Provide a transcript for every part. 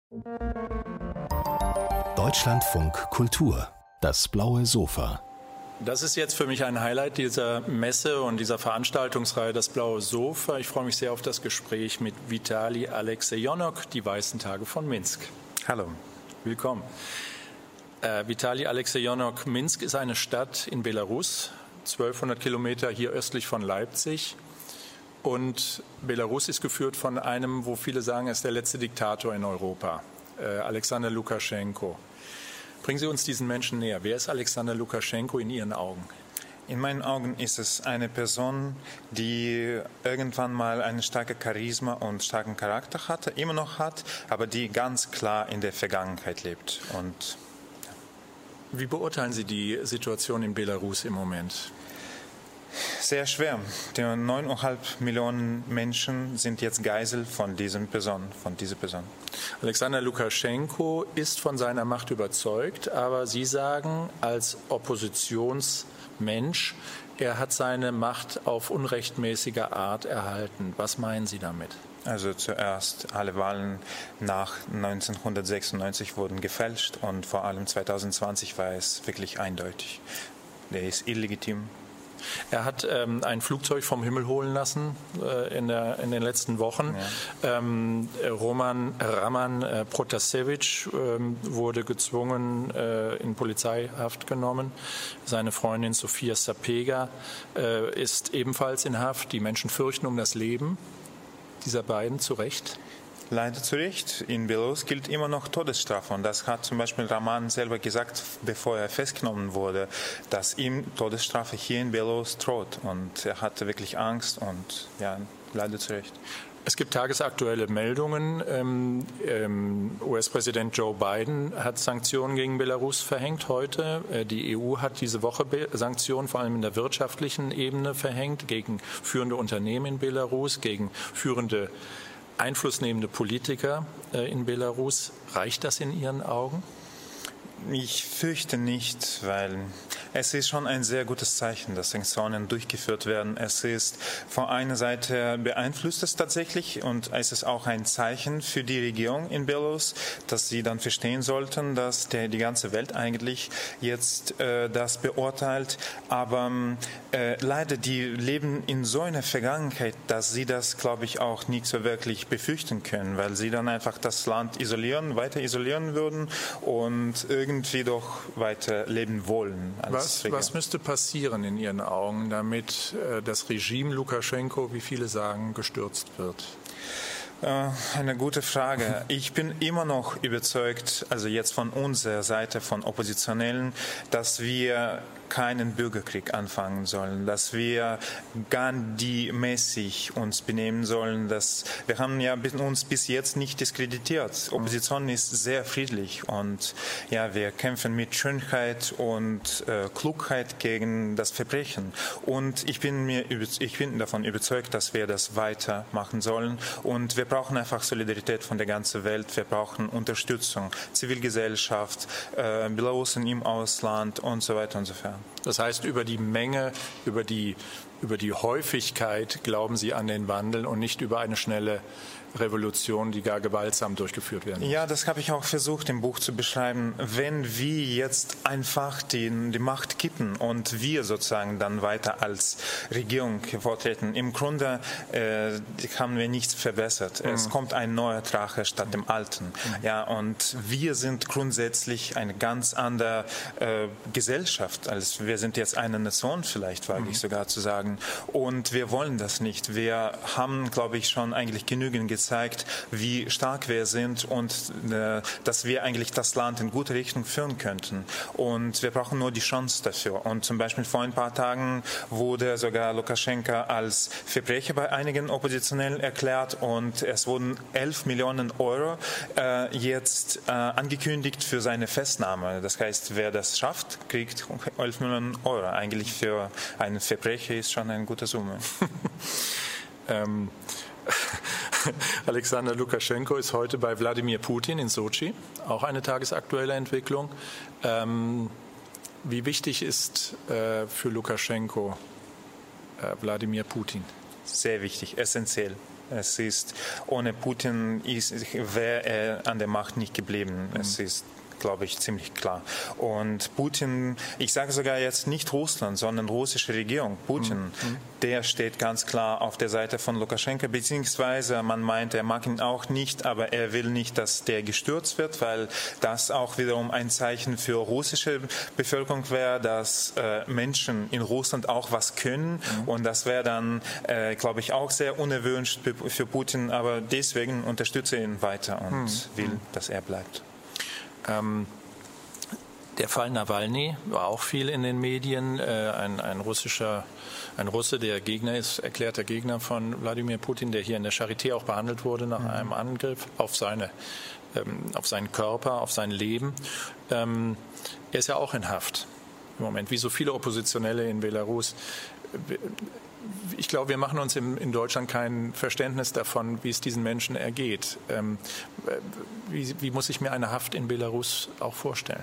Deutschlandfunk Kultur, das blaue Sofa. Das ist jetzt für mich ein Highlight dieser Messe und dieser Veranstaltungsreihe, das blaue Sofa. Ich freue mich sehr auf das Gespräch mit Vitali Alexejonok, die Weißen Tage von Minsk. Hallo. Willkommen. Vitali Alexejonok, Minsk ist eine Stadt in Belarus, 1200 Kilometer hier östlich von Leipzig. Und Belarus ist geführt von einem, wo viele sagen, er ist der letzte Diktator in Europa, Alexander Lukaschenko. Bringen Sie uns diesen Menschen näher. Wer ist Alexander Lukaschenko in Ihren Augen? In meinen Augen ist es eine Person, die irgendwann mal eine starke Charisma und starken Charakter hatte, immer noch hat, aber die ganz klar in der Vergangenheit lebt. Und wie beurteilen Sie die Situation in Belarus im Moment? Sehr schwer. Die 9,5 Millionen Menschen sind jetzt Geisel von dieser Person. Alexander Lukaschenko ist von seiner Macht überzeugt, aber Sie sagen als Oppositionsmensch, er hat seine Macht auf unrechtmäßige Art erhalten. Was meinen Sie damit? Also zuerst alle Wahlen nach 1996 wurden gefälscht und vor allem 2020 war es wirklich eindeutig. Der ist illegitim. Er hat ein Flugzeug vom Himmel holen lassen in den letzten Wochen. Ja. Raman Protasevich wurde gezwungen in Polizeihaft genommen. Seine Freundin Sofia Sapega ist ebenfalls in Haft. Die Menschen fürchten um das Leben dieser beiden, zu Recht. Leider zu Recht. In Belarus gilt immer noch Todesstrafe. Und das hat zum Beispiel Raman selber gesagt, bevor er festgenommen wurde, dass ihm Todesstrafe hier in Belarus droht. Und er hatte wirklich Angst und ja, leider zu Recht. Es gibt tagesaktuelle Meldungen. US-Präsident Joe Biden hat Sanktionen gegen Belarus verhängt heute. Die EU hat diese Woche Sanktionen vor allem in der wirtschaftlichen Ebene verhängt gegen führende Unternehmen in Belarus, gegen führende einflussnehmende Politiker in Belarus. Reicht das in Ihren Augen? Ich fürchte nicht, weil es ist schon ein sehr gutes Zeichen, dass Sanktionen durchgeführt werden. Es ist von einer Seite beeinflusst es tatsächlich und es ist auch ein Zeichen für die Regierung in Belarus, dass sie dann verstehen sollten, dass die ganze Welt eigentlich jetzt das beurteilt. Aber leider, die leben in so einer Vergangenheit, dass sie das, glaube ich, auch nicht so wirklich befürchten können, weil sie dann einfach das Land weiter isolieren würden und irgendwie doch weiter leben wollen. Was müsste passieren in Ihren Augen, damit das Regime Lukaschenko, wie viele sagen, gestürzt wird? Eine gute Frage. Ich bin immer noch überzeugt, also jetzt von unserer Seite, von Oppositionellen, dass wir keinen Bürgerkrieg anfangen sollen, dass wir Gandhi-mäßig uns benehmen sollen. Wir haben ja uns bis jetzt nicht diskreditiert. Opposition ist sehr friedlich und ja, wir kämpfen mit Schönheit und Klugheit gegen das Verbrechen. Und ich bin davon überzeugt, dass wir das weitermachen sollen. Und wir brauchen einfach Solidarität von der ganzen Welt. Wir brauchen Unterstützung, Zivilgesellschaft, Belarusen im Ausland und so weiter und so fort. Das heißt, über die Menge, über die Häufigkeit glauben Sie an den Wandel und nicht über eine schnelle Revolution, die gar gewaltsam durchgeführt werden muss. Ja, das habe ich auch versucht im Buch zu beschreiben. Wenn wir jetzt einfach die Macht kippen und wir sozusagen dann weiter als Regierung vortreten, im Grunde haben wir nichts verbessert. Es kommt ein neuer Drache statt dem alten. Ja, und wir sind grundsätzlich eine ganz andere Gesellschaft. Also wir sind jetzt eine Nation vielleicht, wage ich sogar zu sagen. Und wir wollen das nicht. Wir haben, glaube ich, schon eigentlich genügend gezeigt, wie stark wir sind und dass wir eigentlich das Land in gute Richtung führen könnten. Und wir brauchen nur die Chance dafür. Und zum Beispiel vor ein paar Tagen wurde sogar Lukaschenko als Verbrecher bei einigen Oppositionellen erklärt und es wurden 11 Millionen Euro jetzt angekündigt für seine Festnahme. Das heißt, wer das schafft, kriegt 11 Millionen Euro. Eigentlich für einen Verbrecher ist schon eine gute Summe. Alexander Lukaschenko ist heute bei Wladimir Putin in Sotschi, auch eine tagesaktuelle Entwicklung. Wie wichtig ist für Lukaschenko Wladimir Putin? Sehr wichtig, essentiell. Es ist, ohne Putin wäre er an der Macht nicht geblieben. Es ist, glaube ich, ziemlich klar. Und Putin, ich sage sogar jetzt nicht Russland, sondern russische Regierung, Putin, der steht ganz klar auf der Seite von Lukaschenko, beziehungsweise man meint, er mag ihn auch nicht, aber er will nicht, dass der gestürzt wird, weil das auch wiederum ein Zeichen für russische Bevölkerung wäre, dass Menschen in Russland auch was können und das wäre dann, glaube ich, auch sehr unerwünscht für Putin, aber deswegen unterstütze ich ihn weiter und will, dass er bleibt. Der Fall Nawalny war auch viel in den Medien. Ein Russe, der Gegner ist, erklärter Gegner von Wladimir Putin, der hier in der Charité auch behandelt wurde nach einem Angriff auf seinen Körper, auf sein Leben. Er ist ja auch in Haft im Moment, wie so viele Oppositionelle in Belarus. Ich glaube, wir machen uns in Deutschland kein Verständnis davon, wie es diesen Menschen ergeht. Wie muss ich mir eine Haft in Belarus auch vorstellen?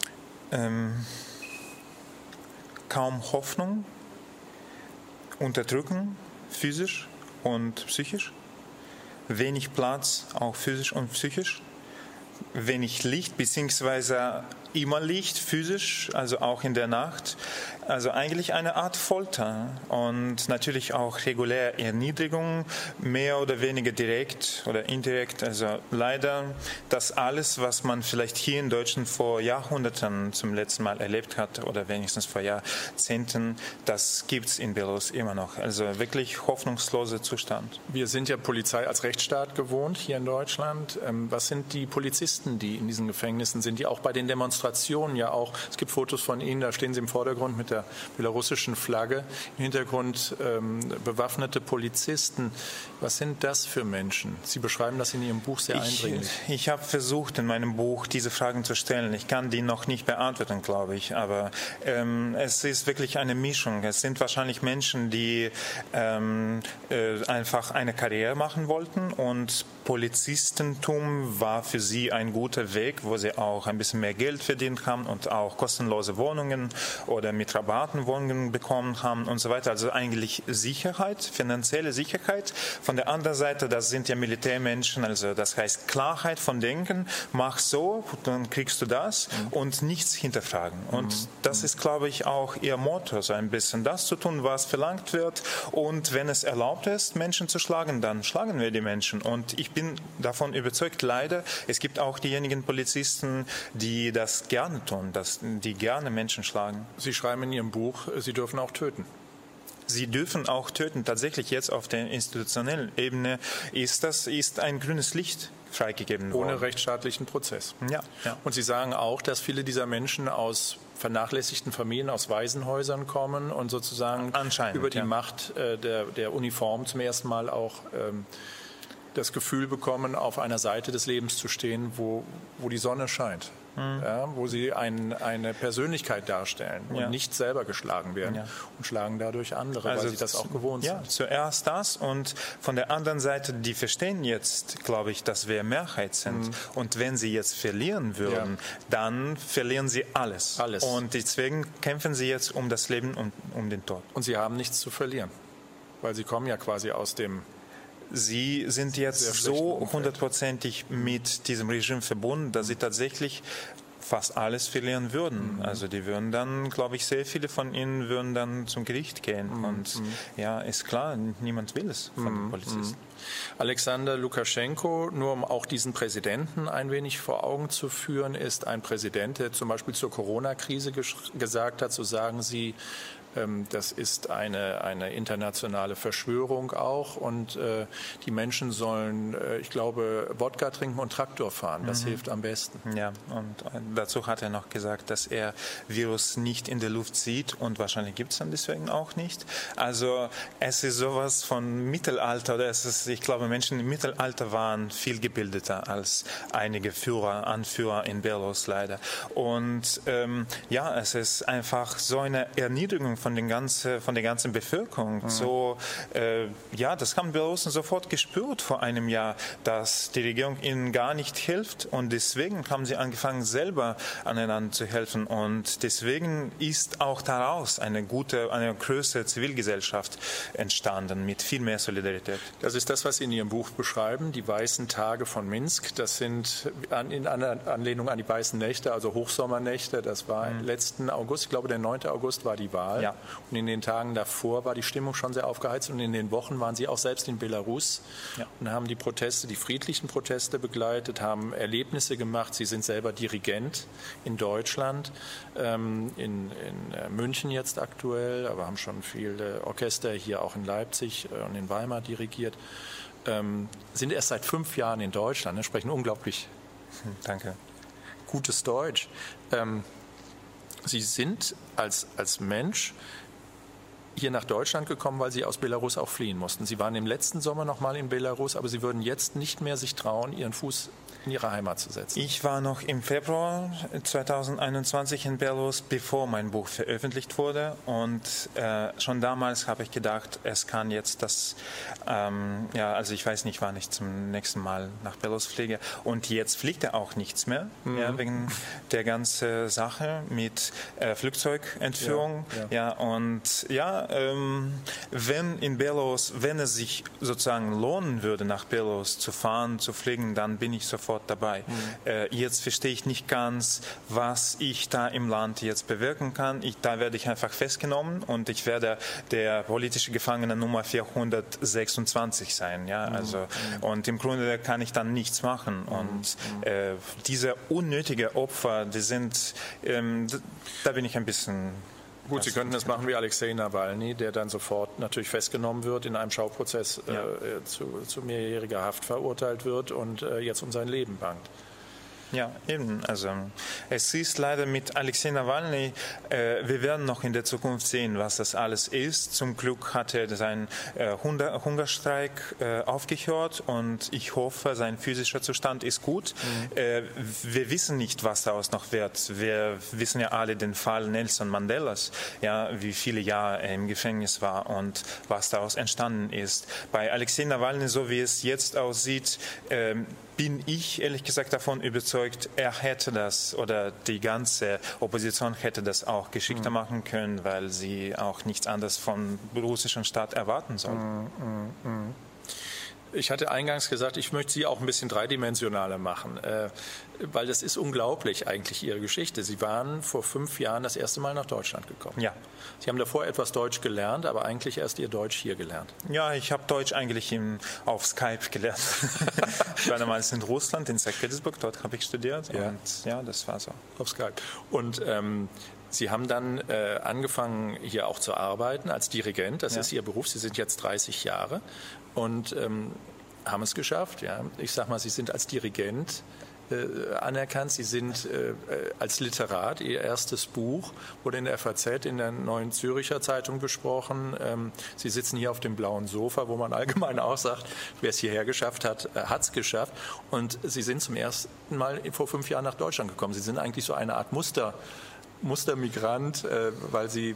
Kaum Hoffnung, Unterdrücken, physisch und psychisch, wenig Platz, auch physisch und psychisch, wenig Licht, beziehungsweise immer Licht, physisch, also auch in der Nacht. Also eigentlich eine Art Folter und natürlich auch regulär Erniedrigung, mehr oder weniger direkt oder indirekt. Also leider das alles, was man vielleicht hier in Deutschland vor Jahrhunderten zum letzten Mal erlebt hat oder wenigstens vor Jahrzehnten, das gibt es in Belarus immer noch. Also wirklich hoffnungsloser Zustand. Wir sind ja Polizei als Rechtsstaat gewohnt hier in Deutschland. Was sind die Polizisten, die in diesen Gefängnissen sind, die auch bei den Demonstrationen ja auch, es gibt Fotos von Ihnen, da stehen Sie im Vordergrund mit der belarussischen Flagge, im Hintergrund bewaffnete Polizisten. Was sind das für Menschen? Sie beschreiben das in Ihrem Buch sehr eindringlich. Ich habe versucht, in meinem Buch diese Fragen zu stellen. Ich kann die noch nicht beantworten, glaube ich, aber es ist wirklich eine Mischung. Es sind wahrscheinlich Menschen, die einfach eine Karriere machen wollten und Polizistentum war für sie ein guter Weg, wo sie auch ein bisschen mehr Geld verdient haben und auch kostenlose Wohnungen oder mit Rabatten Wohnungen bekommen haben und so weiter. Also eigentlich Sicherheit, finanzielle Sicherheit. Von der anderen Seite, das sind ja Militärmenschen, also das heißt Klarheit von Denken, mach so, dann kriegst du das und nichts hinterfragen. Und das ist, glaube ich, auch ihr Motto, so ein bisschen das zu tun, was verlangt wird. Und wenn es erlaubt ist, Menschen zu schlagen, dann schlagen wir die Menschen. Und ich bin davon überzeugt, leider, es gibt auch diejenigen Polizisten, die das gerne tun, die gerne Menschen schlagen. Sie schreiben in Ihrem Buch, Sie dürfen auch töten. Sie dürfen auch töten. Tatsächlich jetzt auf der institutionellen Ebene ist ein grünes Licht freigegeben worden. Ohne rechtsstaatlichen Prozess. Ja. Und Sie sagen auch, dass viele dieser Menschen aus vernachlässigten Familien, aus Waisenhäusern kommen und sozusagen über die Macht der Uniform zum ersten Mal auch das Gefühl bekommen, auf einer Seite des Lebens zu stehen, wo die Sonne scheint. Ja, wo sie eine Persönlichkeit darstellen und nicht selber geschlagen werden und schlagen dadurch andere, weil sie das auch gewohnt sind. Ja, zuerst das und von der anderen Seite, die verstehen jetzt, glaube ich, dass wir Mehrheit sind. Und wenn sie jetzt verlieren würden, dann verlieren sie alles. Und deswegen kämpfen sie jetzt um das Leben und um den Tod. Und sie haben nichts zu verlieren, weil sie kommen ja quasi aus dem... Sie sind jetzt so hundertprozentig mit diesem Regime verbunden, dass sie tatsächlich fast alles verlieren würden. Also die würden dann, glaube ich, sehr viele von ihnen würden dann zum Gericht gehen. Und ja, ist klar, niemand will es von den Polizisten. Alexander Lukaschenko, nur um auch diesen Präsidenten ein wenig vor Augen zu führen, ist ein Präsident, der zum Beispiel zur Corona-Krise gesagt hat, so sagen Sie, das ist eine internationale Verschwörung auch und die Menschen sollen, ich glaube, Wodka trinken und Traktor fahren. Das hilft am besten. Ja, und dazu hat er noch gesagt, dass er Virus nicht in der Luft sieht und wahrscheinlich gibt es dann deswegen auch nicht. Also es ist sowas von Mittelalter oder ich glaube, Menschen im Mittelalter waren viel gebildeter als einige Anführer in Belarus leider. Und es ist einfach so eine Erniedrigung von der ganzen Bevölkerung. So, das haben Belarusen sofort gespürt vor einem Jahr, dass die Regierung ihnen gar nicht hilft, und deswegen haben sie angefangen, selber aneinander zu helfen, und deswegen ist auch daraus eine größere Zivilgesellschaft entstanden mit viel mehr Solidarität. Das ist das, was Sie in Ihrem Buch beschreiben, die weißen Tage von Minsk. Das sind in Anlehnung an die weißen Nächte, also Hochsommernächte. Das war im letzten August, ich glaube der 9. August war die Wahl. Ja. Und in den Tagen davor war die Stimmung schon sehr aufgeheizt, und in den Wochen waren Sie auch selbst in Belarus und haben die friedlichen Proteste begleitet, haben Erlebnisse gemacht. Sie sind selber Dirigent in Deutschland, in München jetzt aktuell, aber haben schon viele Orchester hier auch in Leipzig und in Weimar dirigiert. Sind erst seit 5 Jahren in Deutschland, sprechen unglaublich gutes Deutsch. Sie sind als Mensch hier nach Deutschland gekommen, weil Sie aus Belarus auch fliehen mussten. Sie waren im letzten Sommer noch mal in Belarus, aber Sie würden jetzt nicht mehr sich trauen, Ihren Fuß in Ihre Heimat zu setzen. Ich war noch im Februar 2021 in Belarus, bevor mein Buch veröffentlicht wurde, und schon damals habe ich gedacht, es kann jetzt also ich weiß nicht, wann ich zum nächsten Mal nach Belarus fliege, und jetzt fliegt auch nichts mehr, wegen der ganzen Sache mit Flugzeugentführung. Wenn in Belarus, wenn es sich sozusagen lohnen würde, nach Belarus zu fahren, zu fliegen, dann bin ich sofort dabei. Jetzt verstehe ich nicht ganz, was ich da im Land jetzt bewirken kann. Da werde ich einfach festgenommen, und ich werde der politische Gefangene Nummer 426 sein. Und im Grunde kann ich dann nichts machen. Und diese unnötigen Opfer, die sind, da bin ich ein bisschen... Gut, Sie könnten das machen wie Alexei Nawalny, der dann sofort natürlich festgenommen wird, in einem Schauprozess zu mehrjähriger Haft verurteilt wird und jetzt um sein Leben bangt. Ja, eben. Also es ist leider mit Alexei Nawalny, wir werden noch in der Zukunft sehen, was das alles ist. Zum Glück hat er seinen Hungerstreik aufgehört, und ich hoffe, sein physischer Zustand ist gut. Wir wissen nicht, was daraus noch wird. Wir wissen ja alle den Fall Nelson Mandelas, wie viele Jahre er im Gefängnis war und was daraus entstanden ist. Bei Alexei Nawalny, so wie es jetzt aussieht, bin ich ehrlich gesagt davon überzeugt, er hätte das, oder die ganze Opposition hätte das auch geschickter machen können, weil sie auch nichts anderes vom russischen Staat erwarten sollten. Ich hatte eingangs gesagt, ich möchte Sie auch ein bisschen dreidimensionaler machen, weil das ist unglaublich eigentlich Ihre Geschichte. Sie waren vor 5 Jahren das erste Mal nach Deutschland gekommen. Ja. Sie haben davor etwas Deutsch gelernt, aber eigentlich erst Ihr Deutsch hier gelernt. Ja, ich habe Deutsch eigentlich auf Skype gelernt. Ich war damals in Russland, in St. Petersburg, dort habe ich studiert, und das war so. Auf Skype. Und Sie haben dann angefangen, hier auch zu arbeiten als Dirigent. Das ist Ihr Beruf. Sie sind jetzt 30 Jahre und haben es geschafft. Ja. Ich sage mal, Sie sind als Dirigent anerkannt. Sie sind als Literat, Ihr erstes Buch wurde in der FAZ, in der Neuen Zürcher Zeitung besprochen. Sie sitzen hier auf dem blauen Sofa, wo man allgemein auch sagt, wer es hierher geschafft hat, hat es geschafft. Und Sie sind zum ersten Mal vor 5 Jahren nach Deutschland gekommen. Sie sind eigentlich so eine Art Mustermigrant, weil Sie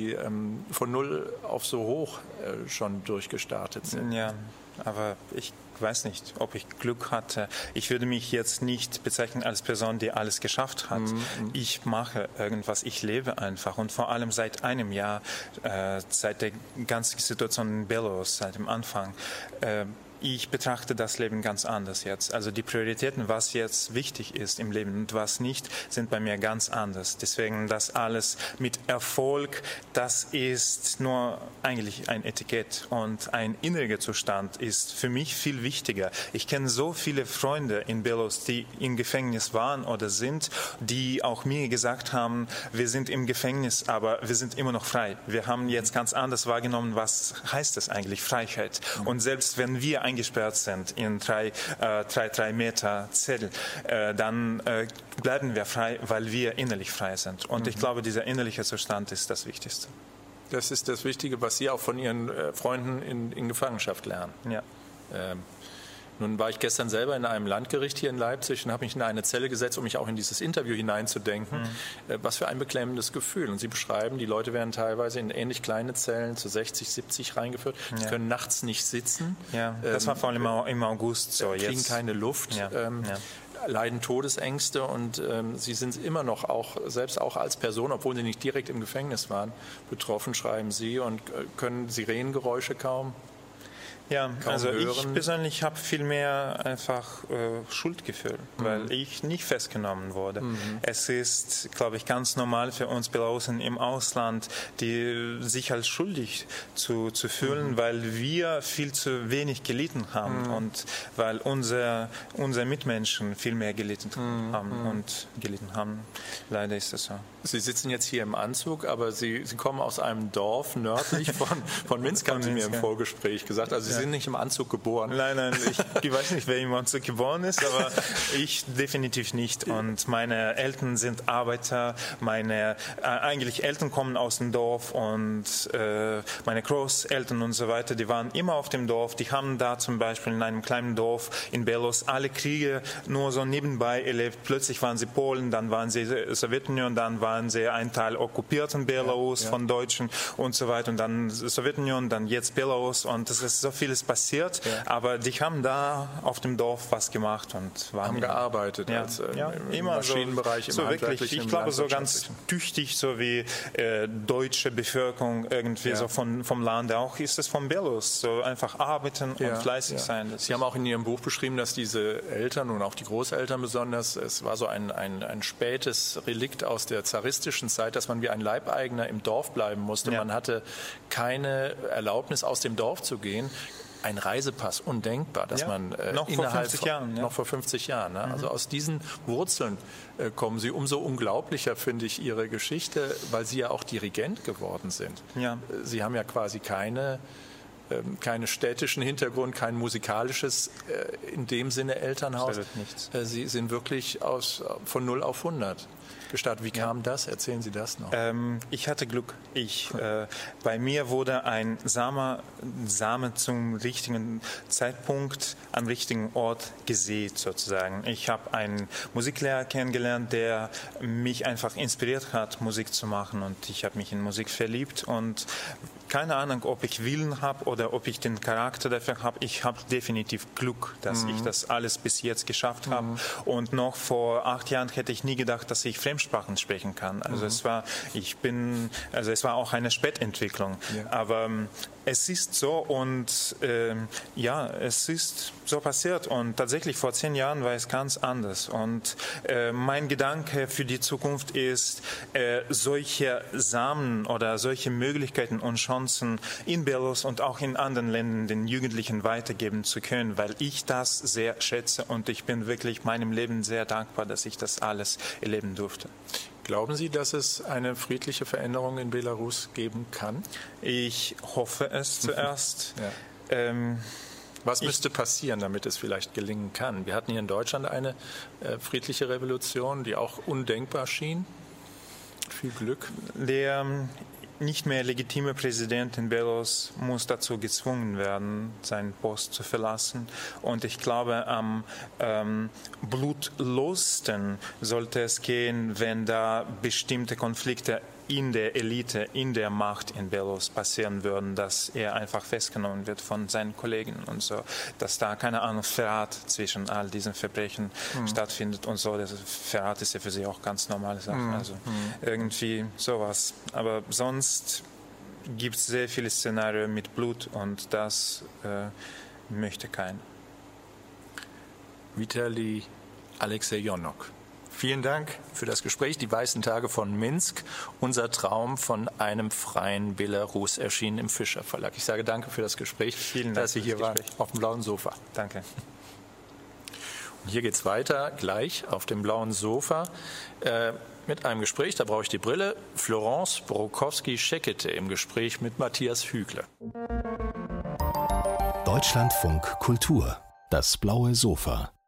von null auf so hoch schon durchgestartet sind. Ja, aber ich weiß nicht, ob ich Glück hatte. Ich würde mich jetzt nicht bezeichnen als Person, die alles geschafft hat. Ich mache irgendwas, ich lebe einfach, und vor allem seit einem Jahr, seit der ganzen Situation in Belarus, seit dem Anfang, ich betrachte das Leben ganz anders jetzt. Also die Prioritäten, was jetzt wichtig ist im Leben und was nicht, sind bei mir ganz anders. Deswegen das alles mit Erfolg, das ist nur eigentlich ein Etikett, und ein innerer Zustand ist für mich viel wichtiger. Ich kenne so viele Freunde in Belarus, die im Gefängnis waren oder sind, die auch mir gesagt haben, wir sind im Gefängnis, aber wir sind immer noch frei. Wir haben jetzt ganz anders wahrgenommen, was heißt das eigentlich, Freiheit. Und selbst wenn wir eingesperrt sind in 3 Meter Zelle, dann bleiben wir frei, weil wir innerlich frei sind. Und ich glaube, dieser innerliche Zustand ist das Wichtigste. Das ist das Wichtige, was Sie auch von Ihren Freunden in Gefangenschaft lernen. Ja. Nun war ich gestern selber in einem Landgericht hier in Leipzig und habe mich in eine Zelle gesetzt, um mich auch in dieses Interview hineinzudenken. Was für ein beklemmendes Gefühl. Und Sie beschreiben, die Leute werden teilweise in ähnlich kleine Zellen zu 60, 70 reingeführt. Sie können nachts nicht sitzen. Ja, das war vor allem im August so. Kriegen keine Luft. Leiden Todesängste und sie sind immer noch selbst auch als Person, obwohl sie nicht direkt im Gefängnis waren, betroffen, schreiben Sie, und können Sirenengeräusche kaum. Ja, also ich persönlich habe viel mehr einfach Schuldgefühl, weil ich nicht festgenommen wurde. Es ist, glaube ich, ganz normal für uns Belarusen im Ausland, die sich als schuldig zu fühlen, weil wir viel zu wenig gelitten haben und weil unsere Mitmenschen viel mehr gelitten haben. Leider ist das so. Sie sitzen jetzt hier im Anzug, aber Sie kommen aus einem Dorf nördlich von Minsk, haben Sie mir im Vorgespräch gesagt. Also Sie sind nicht im Anzug geboren. Nein, ich weiß nicht, wer im Anzug geboren ist, aber ich definitiv nicht. Und meine Eltern sind Arbeiter, meine Eltern kommen aus dem Dorf und meine Großeltern und so weiter, die waren immer auf dem Dorf. Die haben da zum Beispiel in einem kleinen Dorf in Belarus alle Kriege nur so nebenbei erlebt. Plötzlich waren sie Polen, dann waren sie Sowjetunion, dann waren sie ein Teil okkupierten Belarus von Deutschen und so weiter und dann Sowjetunion, dann jetzt Belarus und es ist so vieles passiert, aber die haben da auf dem Dorf was gemacht und haben gearbeitet im Maschinenbereich, im wirklich, ich glaube so ganz tüchtig, so wie deutsche Bevölkerung irgendwie so vom Lande, auch ist es von Belarus, so einfach arbeiten und fleißig sein. Sie haben auch in Ihrem Buch beschrieben, dass diese Eltern und auch die Großeltern besonders, es war so ein spätes Relikt aus der zaristischen Zeit, dass man wie ein Leibeigner im Dorf bleiben musste. Man hatte keine Erlaubnis, aus dem Dorf zu gehen. Ein Reisepass, undenkbar, dass man noch vor 50 Jahren. Ne? Also aus diesen Wurzeln kommen Sie. Umso unglaublicher finde ich Ihre Geschichte, weil Sie ja auch Dirigent geworden sind. Ja. Sie haben ja quasi keinen städtischen Hintergrund, kein musikalisches in dem Sinne Elternhaus. Sie sind wirklich von 0 auf 100 gestartet. Wie kam das? Erzählen Sie das noch. Ich hatte Glück. Bei mir wurde ein Same zum richtigen Zeitpunkt am richtigen Ort gesät, sozusagen. Ich habe einen Musiklehrer kennengelernt, der mich einfach inspiriert hat, Musik zu machen, und ich habe mich in Musik verliebt und keine Ahnung, ob ich Willen habe oder ob ich den Charakter dafür habe. Ich habe definitiv Glück, dass ich das alles bis jetzt geschafft habe. Und noch vor 8 Jahren hätte ich nie gedacht, dass ich Fremdsprachen sprechen kann. Also es war auch eine Spätentwicklung. Ja. Aber es ist so und es ist so passiert. Und tatsächlich vor 10 Jahren war es ganz anders. Und mein Gedanke für die Zukunft ist, solche Samen oder solche Möglichkeiten und Chancen in Belarus und auch in anderen Ländern den Jugendlichen weitergeben zu können, weil ich das sehr schätze und ich bin wirklich meinem Leben sehr dankbar, dass ich das alles erleben durfte. Glauben Sie, dass es eine friedliche Veränderung in Belarus geben kann? Ich hoffe es zuerst. Was müsste passieren, damit es vielleicht gelingen kann? Wir hatten hier in Deutschland eine friedliche Revolution, die auch undenkbar schien. Viel Glück. Der nicht mehr legitime Präsident in Belarus muss dazu gezwungen werden, seinen Post zu verlassen. Und ich glaube, am blutlosesten sollte es gehen, wenn da bestimmte Konflikte in der Elite, in der Macht in Belarus passieren würden, dass er einfach festgenommen wird von seinen Kollegen und so, dass da, keine Ahnung, Verrat zwischen all diesen Verbrechen stattfindet und so. Das Verrat ist ja für sie auch ganz normale Sache. Also irgendwie sowas. Aber sonst gibt es sehr viele Szenarien mit Blut und das möchte keiner. Vitali Alexejonok. Vielen Dank für das Gespräch. Die weißen Tage von Minsk, unser Traum von einem freien Belarus, erschienen im Fischer Verlag. Ich sage danke für das Gespräch, dass Sie hier waren auf dem blauen Sofa. Danke. Und hier geht es weiter, gleich auf dem blauen Sofa, mit einem Gespräch, da brauche ich die Brille, Florence Borokowski-Schekete im Gespräch mit Matthias Hügler. Deutschlandfunk Kultur, das blaue Sofa.